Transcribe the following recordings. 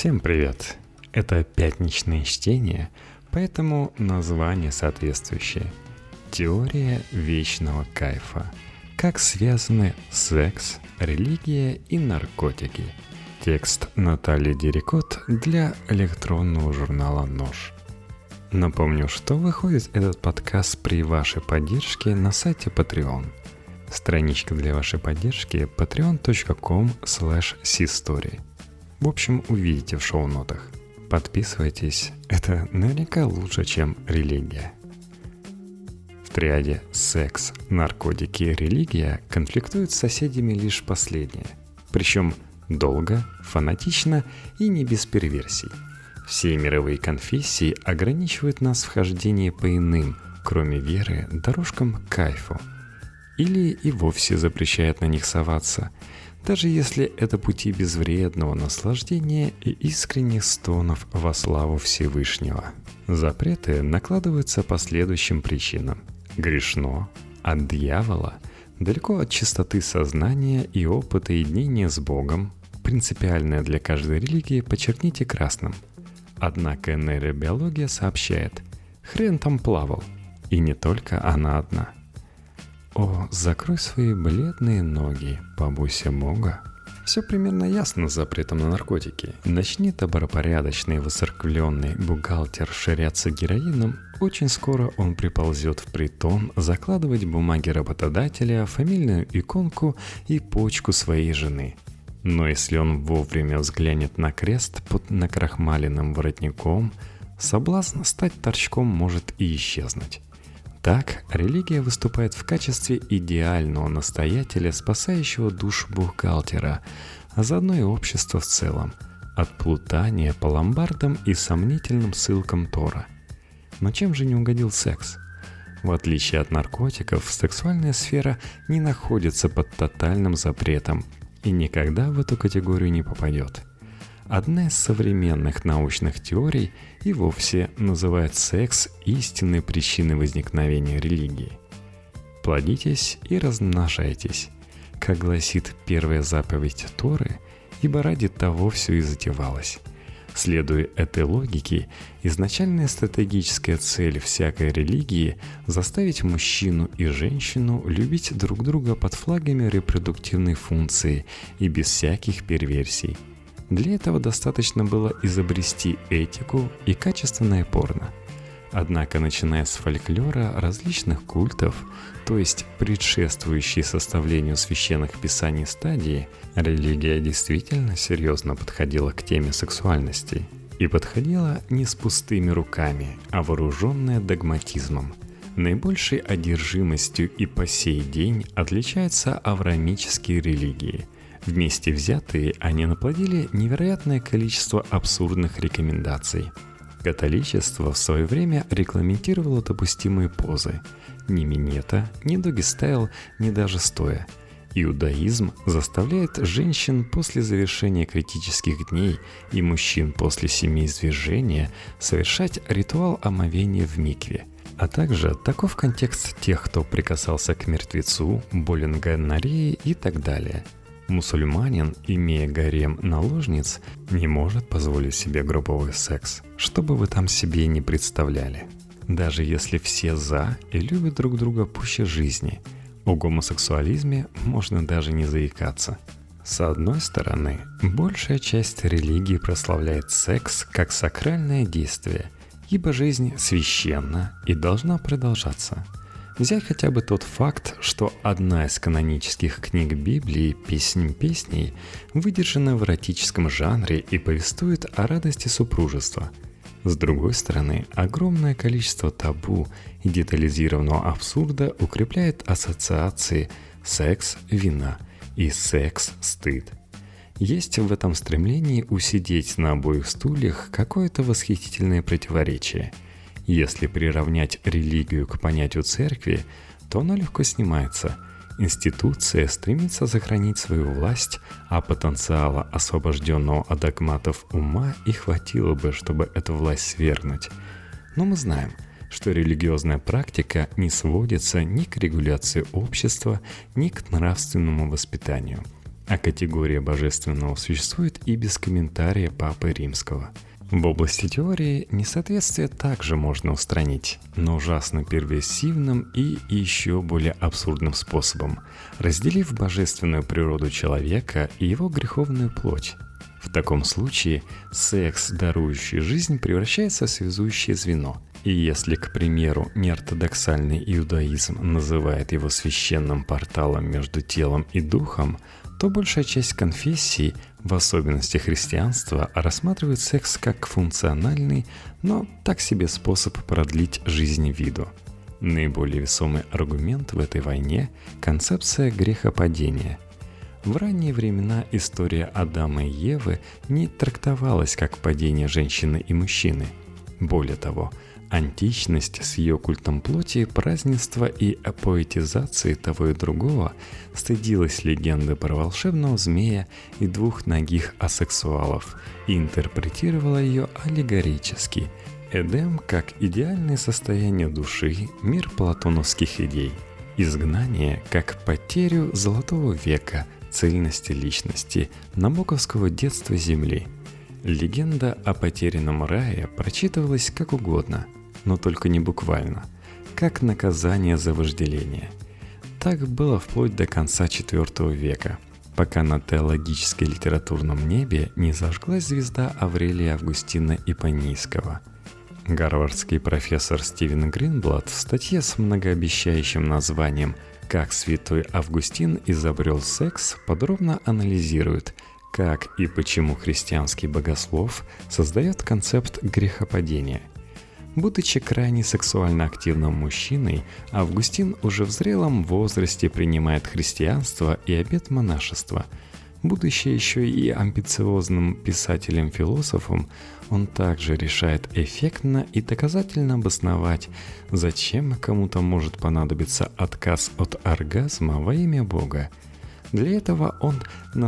Всем привет! Это пятничное чтение, поэтому название соответствующее. Теория вечного кайфа. Как связаны секс, религия и наркотики. Текст Натальи Дерикот для электронного журнала «Нож». Напомню, что выходит этот подкаст при вашей поддержке на сайте Patreon. Страничка для вашей поддержки patreon.com/cstory. В общем, увидите в шоу-нотах. Подписывайтесь, это наверняка лучше, чем религия. В триаде секс, наркотики и религия конфликтуют с соседями лишь последние. Причем долго, фанатично и не без перверсий. Все мировые конфессии ограничивают нас в хождении по иным, кроме веры, дорожкам к кайфу. Или и вовсе запрещают на них соваться, даже если это пути безвредного наслаждения и искренних стонов во славу Всевышнего. Запреты накладываются по следующим причинам. Грешно, от дьявола, далеко от чистоты сознания и опыта единения с Богом, принципиальное для каждой религии подчеркните красным. Однако нейробиология сообщает, хрен там плавал, и не только она одна. О, закрой свои бледные ноги, побойся Бога. Все примерно ясно с запретом на наркотики. Начни добропорядочный воцерквленный бухгалтер ширяться героином, очень скоро он приползет в притон закладывать бумаги работодателя, фамильную иконку и почку своей жены. Но если он вовремя взглянет на крест под накрахмаленным воротником, соблазн стать торчком может и исчезнуть. Так, религия выступает в качестве идеального настоятеля, спасающего душу бухгалтера, а заодно и общество в целом, от плутания по ломбардам и сомнительным ссылкам Тора. Но чем же не угодил секс? В отличие от наркотиков, сексуальная сфера не находится под тотальным запретом и никогда в эту категорию не попадет. Одна из современных научных теорий и вовсе называет секс истинной причиной возникновения религии. Плодитесь и размножайтесь, как гласит первая заповедь Торы, ибо ради того все и затевалось. Следуя этой логике, изначальная стратегическая цель всякой религии – заставить мужчину и женщину любить друг друга под флагами репродуктивной функции и без всяких перверсий. Для этого достаточно было изобрести этику и качественное порно. Однако, начиная с фольклора различных культов, то есть предшествующей составлению священных писаний стадии, религия действительно серьезно подходила к теме сексуальности. И подходила не с пустыми руками, а вооруженная догматизмом. Наибольшей одержимостью и по сей день отличаются авраамические религии. Вместе взятые они наплодили невероятное количество абсурдных рекомендаций. Католичество в свое время регламентировало допустимые позы. Ни минета, ни доги-стайл, ни даже стоя. Иудаизм заставляет женщин после завершения критических дней и мужчин после 7 извержения совершать ритуал омовения в микве. А также таков контекст тех, кто прикасался к мертвецу, болен гонореей и так далее. Мусульманин, имея гарем наложниц, не может позволить себе групповой секс, что бы вы там себе не представляли. Даже если все за и любят друг друга пуще жизни, о гомосексуализме можно даже не заикаться. С одной стороны, большая часть религии прославляет секс как сакральное действие, ибо жизнь священна и должна продолжаться. Взять хотя бы тот факт, что одна из канонических книг Библии «Песнь песней» выдержана в эротическом жанре и повествует о радости супружества. С другой стороны, огромное количество табу и детализированного абсурда укрепляет ассоциации «секс-вина» и «секс-стыд». Есть в этом стремлении усидеть на обоих стульях какое-то восхитительное противоречие. Если приравнять религию к понятию церкви, то оно легко снимается. Институция стремится сохранить свою власть, а потенциала освобожденного от догматов ума и хватило бы, чтобы эту власть свергнуть. Но мы знаем, что религиозная практика не сводится ни к регуляции общества, ни к нравственному воспитанию. А категория божественного существует и без комментария Папы Римского. В области теории несоответствие также можно устранить, но ужасно перверсивным и еще более абсурдным способом, разделив божественную природу человека и его греховную плоть. В таком случае секс, дарующий жизнь, превращается в связующее звено. И если, к примеру, неортодоксальный иудаизм называет его священным порталом между телом и духом, то большая часть конфессий, в особенности христианства, рассматривает секс как функциональный, но так себе способ продлить жизнь виду. Наиболее весомый аргумент в этой войне – концепция грехопадения. В ранние времена история Адама и Евы не трактовалась как падение женщины и мужчины. Более того, античность с ее культом плоти, празднества и поэтизацией того и другого стыдилась легенды про волшебного змея и двухногих асексуалов и интерпретировала ее аллегорически. Эдем как идеальное состояние души, мир платоновских идей. Изгнание как потерю золотого века, цельности личности, набоковского детства Земли. Легенда о потерянном рае прочитывалась как угодно, но только не буквально, как наказание за вожделение. Так было вплоть до конца IV века, пока на теологически-литературном небе не зажглась звезда Аврелия Августина Ипанийского. Гарвардский профессор Стивен Гринблад в статье с многообещающим названием «Как святой Августин изобрел секс» подробно анализирует, как и почему христианский богослов создает концепт грехопадения. Будучи крайне сексуально активным мужчиной, Августин уже в зрелом возрасте принимает христианство и обет монашества. Будучи еще и амбициозным писателем-философом, он также решает эффектно и доказательно обосновать, зачем кому-то может понадобиться отказ от оргазма во имя Бога. Для этого он на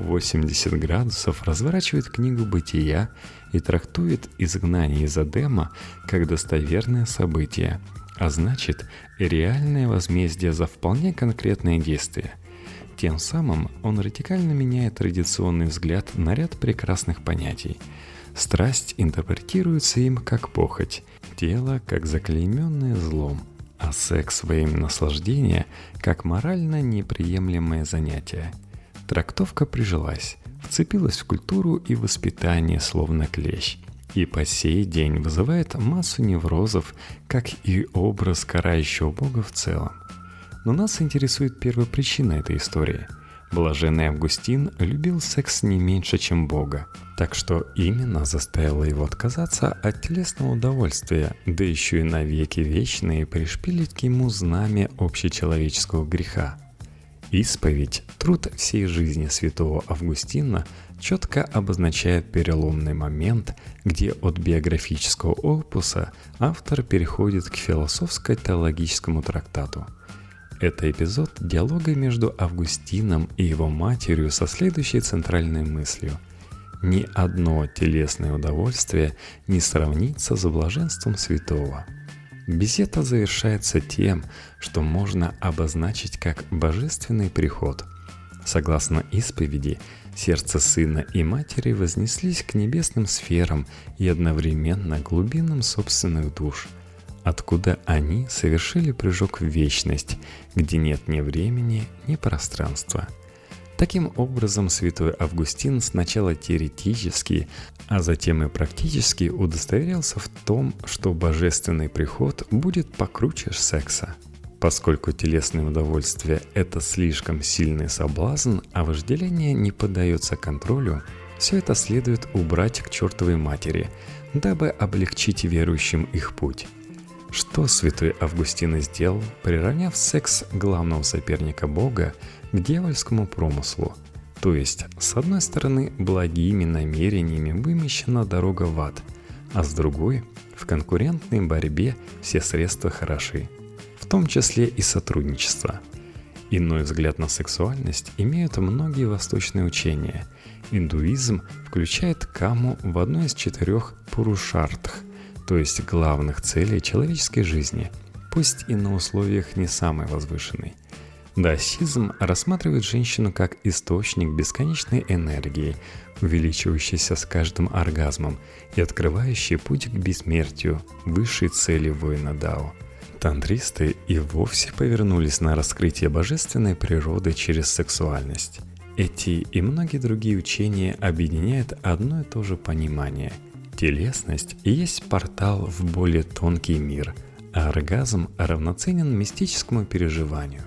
180 градусов разворачивает книгу «Бытия» и трактует изгнание из Эдема как достоверное событие, а значит, и реальное возмездие за вполне конкретные действия. Тем самым он радикально меняет традиционный взгляд на ряд прекрасных понятий. Страсть интерпретируется им как похоть, тело как заклейменное злом, а секс во имя наслаждения как морально неприемлемое занятие. Трактовка прижилась, вцепилась в культуру и воспитание словно клещ, и по сей день вызывает массу неврозов, как и образ карающего Бога в целом. Но нас интересует первопричина этой истории. Блаженный Августин любил секс не меньше, чем Бога, так что именно заставило его отказаться от телесного удовольствия, да еще и навеки вечные пришпилить к ему знамя общечеловеческого греха. Исповедь, труд всей жизни святого Августина, четко обозначает переломный момент, где от биографического опуса автор переходит к философско-теологическому трактату. Это эпизод диалога между Августином и его матерью со следующей центральной мыслью. Ни одно телесное удовольствие не сравнится с блаженством святого. Беседа завершается тем, что можно обозначить как божественный приход. Согласно исповеди, сердце сына и матери вознеслись к небесным сферам и одновременно глубинам собственных душ, откуда они совершили прыжок в вечность, где нет ни времени, ни пространства. Таким образом, святой Августин сначала теоретически, а затем и практически удостоверялся в том, что божественный приход будет покруче секса. Поскольку телесное удовольствие – это слишком сильный соблазн, а вожделение не поддается контролю, все это следует убрать к чертовой матери, дабы облегчить верующим их путь. Что святой Августин сделал, приравняв секс главного соперника Бога к дьявольскому промыслу. То есть, с одной стороны, благими намерениями вымещена дорога в ад, а с другой, в конкурентной борьбе все средства хороши, в том числе и сотрудничество. Иной взгляд на сексуальность имеют многие восточные учения. Индуизм включает каму в одну из 4 пурушартх, то есть главных целей человеческой жизни, пусть и на условиях не самой возвышенной. Даосизм рассматривает женщину как источник бесконечной энергии, увеличивающийся с каждым оргазмом и открывающий путь к бессмертию, высшей цели воина Дао. Тантристы и вовсе повернулись на раскрытие божественной природы через сексуальность. Эти и многие другие учения объединяют одно и то же понимание. Телесность и есть портал в более тонкий мир, а оргазм равноценен мистическому переживанию.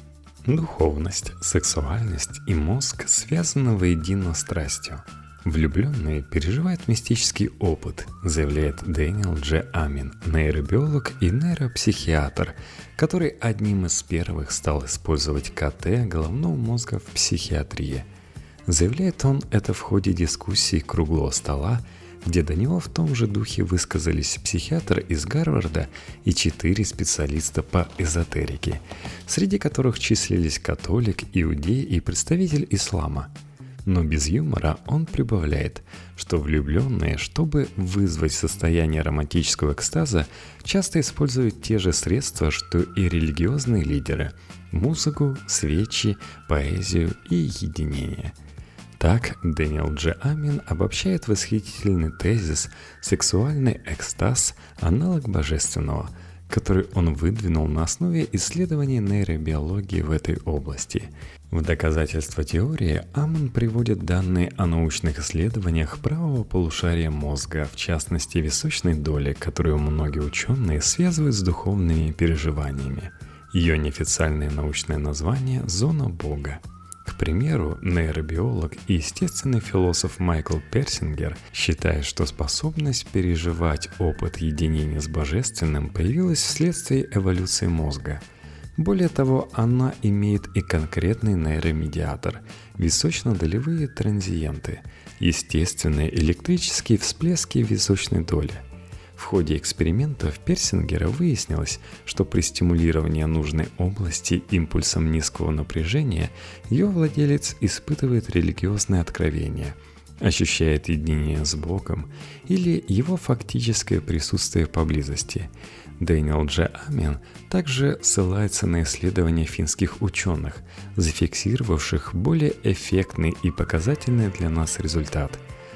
Духовность, сексуальность и мозг связаны воедино страстью. Влюбленные переживают мистический опыт, заявляет Дэниел Дж. Амин, нейробиолог и нейропсихиатр, который одним из первых стал использовать КТ головного мозга в психиатрии. Заявляет он это в ходе дискуссии круглого стола, где до него в том же духе высказались психиатр из Гарварда и 4 специалиста по эзотерике, среди которых числились католик, иудей и представитель ислама. Но без юмора он прибавляет, что влюбленные, чтобы вызвать состояние романтического экстаза, часто используют те же средства, что и религиозные лидеры – музыку, свечи, поэзию и единение. Так Дэниел Дж. Амин обобщает восхитительный тезис «сексуальный экстаз – аналог божественного», который он выдвинул на основе исследований нейробиологии в этой области. В доказательство теории Амин приводит данные о научных исследованиях правого полушария мозга, в частности височной доли, которую многие ученые связывают с духовными переживаниями. Ее неофициальное научное название – «зона Бога». К примеру, нейробиолог и естественный философ Майкл Персингер считает, что способность переживать опыт единения с Божественным появилась вследствие эволюции мозга. Более того, она имеет и конкретный нейромедиатор – височно-долевые транзиенты, естественные электрические всплески височной доли. В ходе экспериментов Персингера выяснилось, что при стимулировании нужной области импульсом низкого напряжения ее владелец испытывает религиозное откровение, ощущает единение с Богом или его фактическое присутствие поблизости. Дэниел Дж. Амин также ссылается на исследования финских ученых, зафиксировавших более эффектный и показательный для нас результат.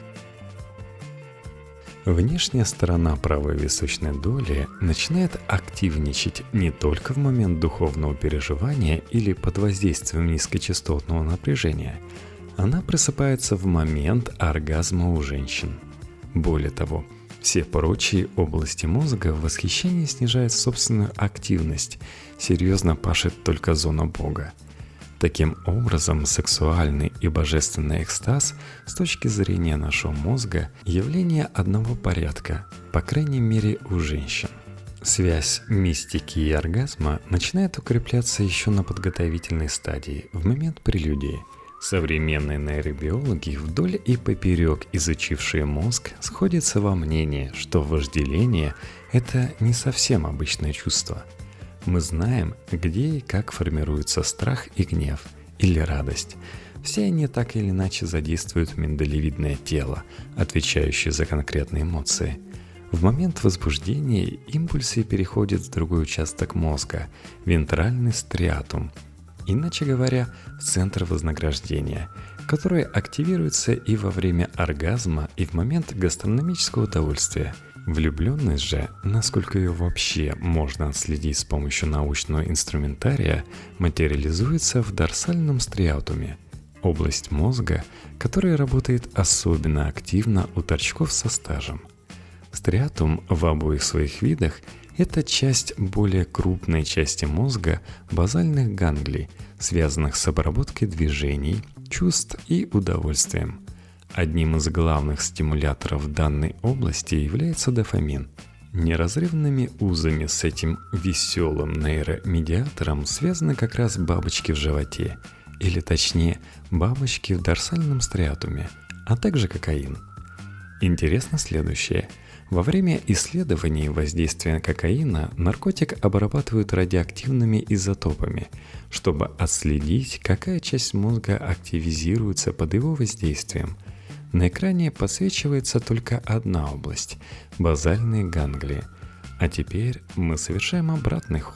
Внешняя сторона правой височной доли начинает активничать не только в момент духовного переживания или под воздействием низкочастотного напряжения. Она просыпается в момент оргазма у женщин. Более того, все прочие области мозга в восхищении снижают собственную активность, серьезно пашет только зона Бога. Таким образом, сексуальный и божественный экстаз с точки зрения нашего мозга – явление одного порядка, по крайней мере у женщин. Связь мистики и оргазма начинает укрепляться еще на подготовительной стадии, в момент прелюдии. Современные нейробиологи вдоль и поперек изучившие мозг сходятся во мнении, что вожделение – это не совсем обычное чувство. Мы знаем, где и как формируется страх и гнев, или радость. Все они так или иначе задействуют миндалевидное тело, отвечающее за конкретные эмоции. В момент возбуждения импульсы переходят в другой участок мозга – вентральный стриатум, иначе говоря, в центр вознаграждения, который активируется и во время оргазма, и в момент гастрономического удовольствия. Влюбленность же, насколько ее вообще можно отследить с помощью научного инструментария, материализуется в дорсальном стриатуме, область мозга, которая работает особенно активно у торчков со стажем. Стриатум в обоих своих видах – это часть более крупной части мозга базальных ганглий, связанных с обработкой движений, чувств и удовольствием. Одним из главных стимуляторов данной области является дофамин. Неразрывными узами с этим веселым нейромедиатором связаны как раз бабочки в животе, или точнее бабочки в дорсальном стриатуме, а также кокаин. Интересно следующее. Во время исследований воздействия кокаина наркотик обрабатывают радиоактивными изотопами, чтобы отследить, какая часть мозга активизируется под его воздействием. На экране подсвечивается только одна область – базальные ганглии. А теперь мы совершаем обратный ход,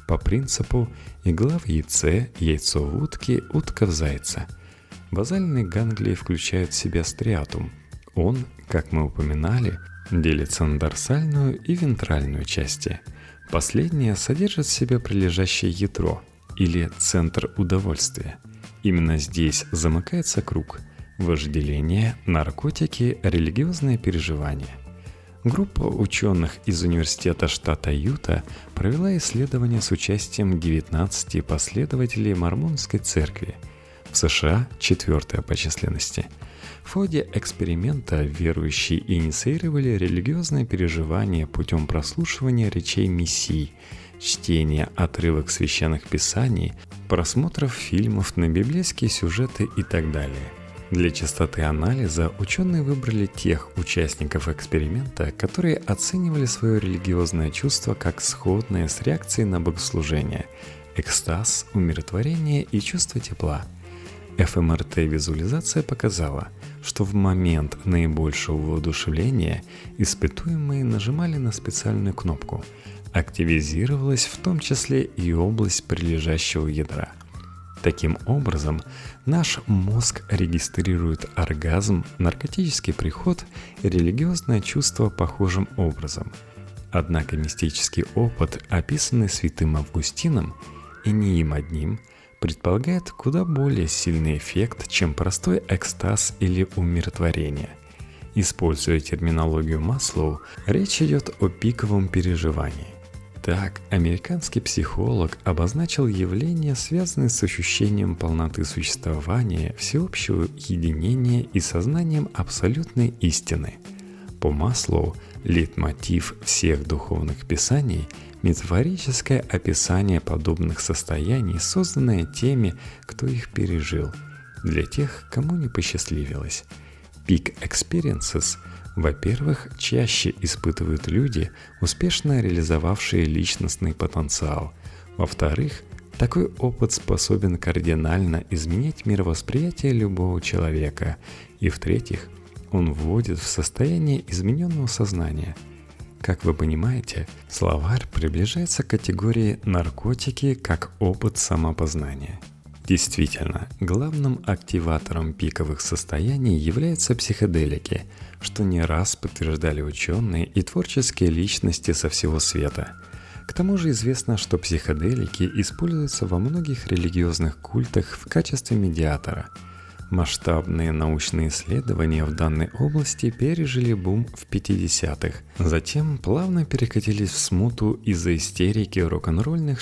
по принципу игла в яйце, яйцо в утке, утка в зайце. Базальные ганглии включают в себя стриатум. Он, как мы упоминали, делится на дорсальную и вентральную части. Последняя содержит в себе прилежащее ядро или центр удовольствия. Именно здесь замыкается круг – вожделение, наркотики, религиозные переживания. Группа ученых из университета штата Юта провела исследование с участием 19 последователей Мормонской церкви. В США 4-я по численности. В ходе эксперимента верующие инициировали религиозные переживания путем прослушивания речей мессий, чтения отрывок священных писаний, просмотров фильмов на библейские сюжеты и так далее. Для чистоты анализа ученые выбрали тех участников эксперимента, которые оценивали свое религиозное чувство как сходное с реакцией на богослужение, экстаз, умиротворение и чувство тепла. ФМРТ-визуализация показала, что в момент наибольшего воодушевления испытуемые нажимали на специальную кнопку. Активизировалась в том числе и область прилежащего ядра. Таким образом, наш мозг регистрирует оргазм, наркотический приход и религиозное чувство похожим образом. Однако мистический опыт, описанный святым Августином, и не им одним, предполагает куда более сильный эффект, чем простой экстаз или умиротворение. Используя терминологию Маслоу, речь идет о пиковом переживании. Так, американский психолог обозначил явление, связанное с ощущением полноты существования, всеобщего единения и сознанием абсолютной истины. По Маслоу, лейтмотив всех духовных писаний – метафорическое описание подобных состояний, созданное теми, кто их пережил, для тех, кому не посчастливилось. Peak experiences – во-первых, чаще испытывают люди, успешно реализовавшие личностный потенциал. Во-вторых, такой опыт способен кардинально изменить мировосприятие любого человека. И в-третьих, он вводит в состояние измененного сознания. Как вы понимаете, словарь приближается к категории «наркотики» как опыт самопознания. Действительно, главным активатором пиковых состояний являются психоделики, что не раз подтверждали ученые и творческие личности со всего света. К тому же известно, что психоделики используются во многих религиозных культах в качестве медиатора. Масштабные научные исследования в данной области пережили бум в 50-х, затем плавно перекатились в смуту из-за истерики рок-н-ролльных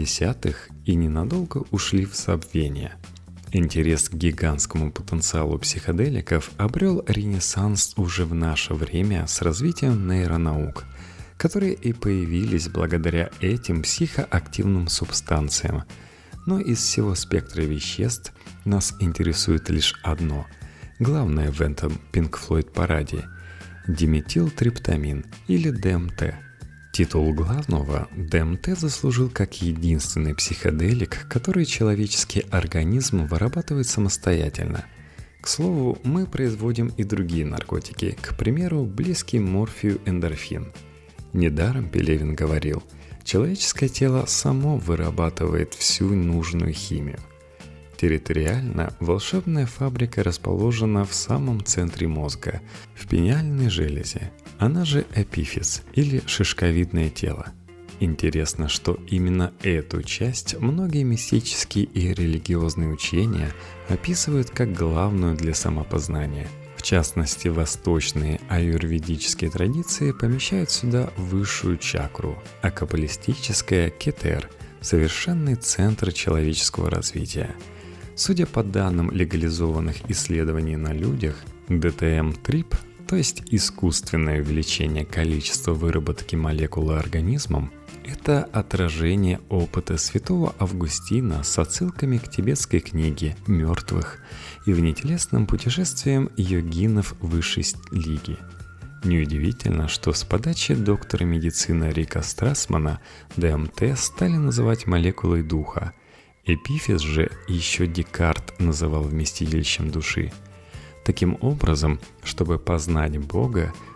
60-х и ненадолго ушли в забвение. Интерес к гигантскому потенциалу психоделиков обрел ренессанс уже в наше время с развитием нейронаук, которые и появились благодаря этим психоактивным субстанциям. Но из всего спектра веществ нас интересует лишь одно, главное в этом Pink Floyd параде – диметилтриптамин или ДМТ. Титул главного ДМТ заслужил как единственный психоделик, который человеческий организм вырабатывает самостоятельно. К слову, мы производим и другие наркотики, к примеру, близкий морфию эндорфин. Недаром Пелевин говорил – человеческое тело само вырабатывает всю нужную химию. Территориально волшебная фабрика расположена в самом центре мозга, в пениальной железе, она же эпифиз или шишковидное тело. Интересно, что именно эту часть многие мистические и религиозные учения описывают как главную для самопознания. В частности, восточные аюрведические традиции помещают сюда высшую чакру, а каббалистическая – кетер – совершенный центр человеческого развития. Судя по данным легализованных исследований на людях, ДТМ-трип, то есть искусственное увеличение количества выработки молекулы организмом, это отражение опыта святого Августина с отсылками к тибетской книге «Мертвых» и внетелесным путешествием йогинов высшей лиги. Неудивительно, что с подачи доктора медицины Рика Страсмана ДМТ стали называть молекулой духа. Эпифиз же еще Декарт называл вместилищем души. Таким образом, чтобы познать Бога,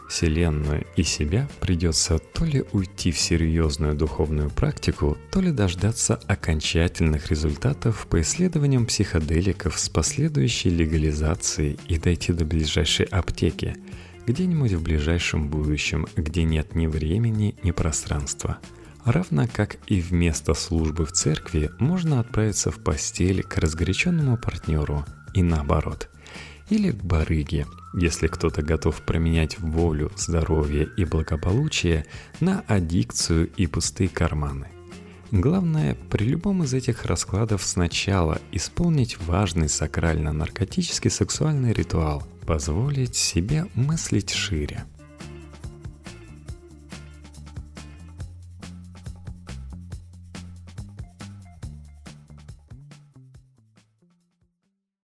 Вселенную и себя придется то ли уйти в серьезную духовную практику, то ли дождаться окончательных результатов по исследованиям психоделиков с последующей легализацией и дойти до ближайшей аптеки, где-нибудь в ближайшем будущем, где нет ни времени, ни пространства. Равно как и вместо службы в церкви можно отправиться в постель к разгоряченному партнеру и наоборот. Или к барыге, если кто-то готов променять волю, здоровье и благополучие на аддикцию и пустые карманы. Главное, при любом из этих раскладов сначала исполнить важный сакрально-наркотический сексуальный ритуал, позволить себе мыслить шире.